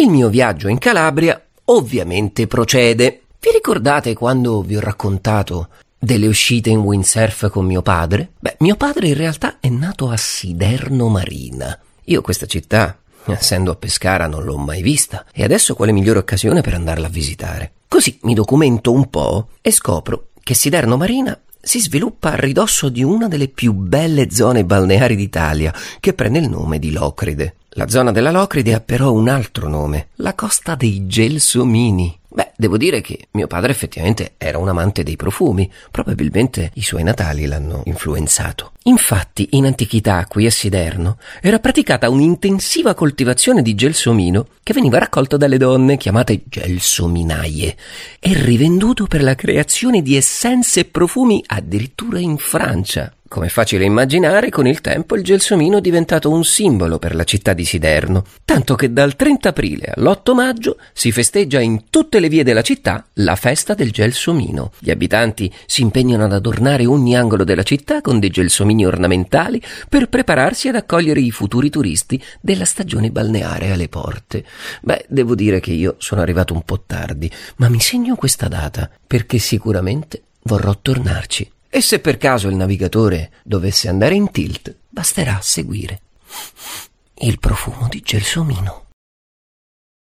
Il mio viaggio in Calabria ovviamente procede. Vi ricordate quando vi ho raccontato delle uscite in windsurf con mio padre? Mio padre in realtà è nato a Siderno Marina. Io questa città, essendo a Pescara, non l'ho mai vista e adesso quale migliore occasione per andarla a visitare. Così mi documento un po' e scopro che Siderno Marina si sviluppa a ridosso di una delle più belle zone balneari d'Italia, che prende il nome di Locride. La zona della Locride ha però un altro nome, la Costa dei Gelsomini. Devo dire che mio padre effettivamente era un amante dei profumi, probabilmente i suoi natali l'hanno influenzato. Infatti, in antichità qui a Siderno era praticata un'intensiva coltivazione di gelsomino che veniva raccolto dalle donne, chiamate gelsominaie, e rivenduto per la creazione di essenze e profumi addirittura in Francia. Come è facile immaginare, con il tempo il gelsomino è diventato un simbolo per la città di Siderno, tanto che dal 30 aprile all'8 maggio si festeggia in tutte le vie della città la festa del gelsomino. Gli abitanti si impegnano ad adornare ogni angolo della città con dei gelsomini ornamentali per prepararsi ad accogliere i futuri turisti della stagione balneare alle porte. Devo dire che io sono arrivato un po' tardi, ma mi segno questa data perché sicuramente vorrò tornarci. E se per caso il navigatore dovesse andare in tilt, basterà seguire il profumo di gelsomino.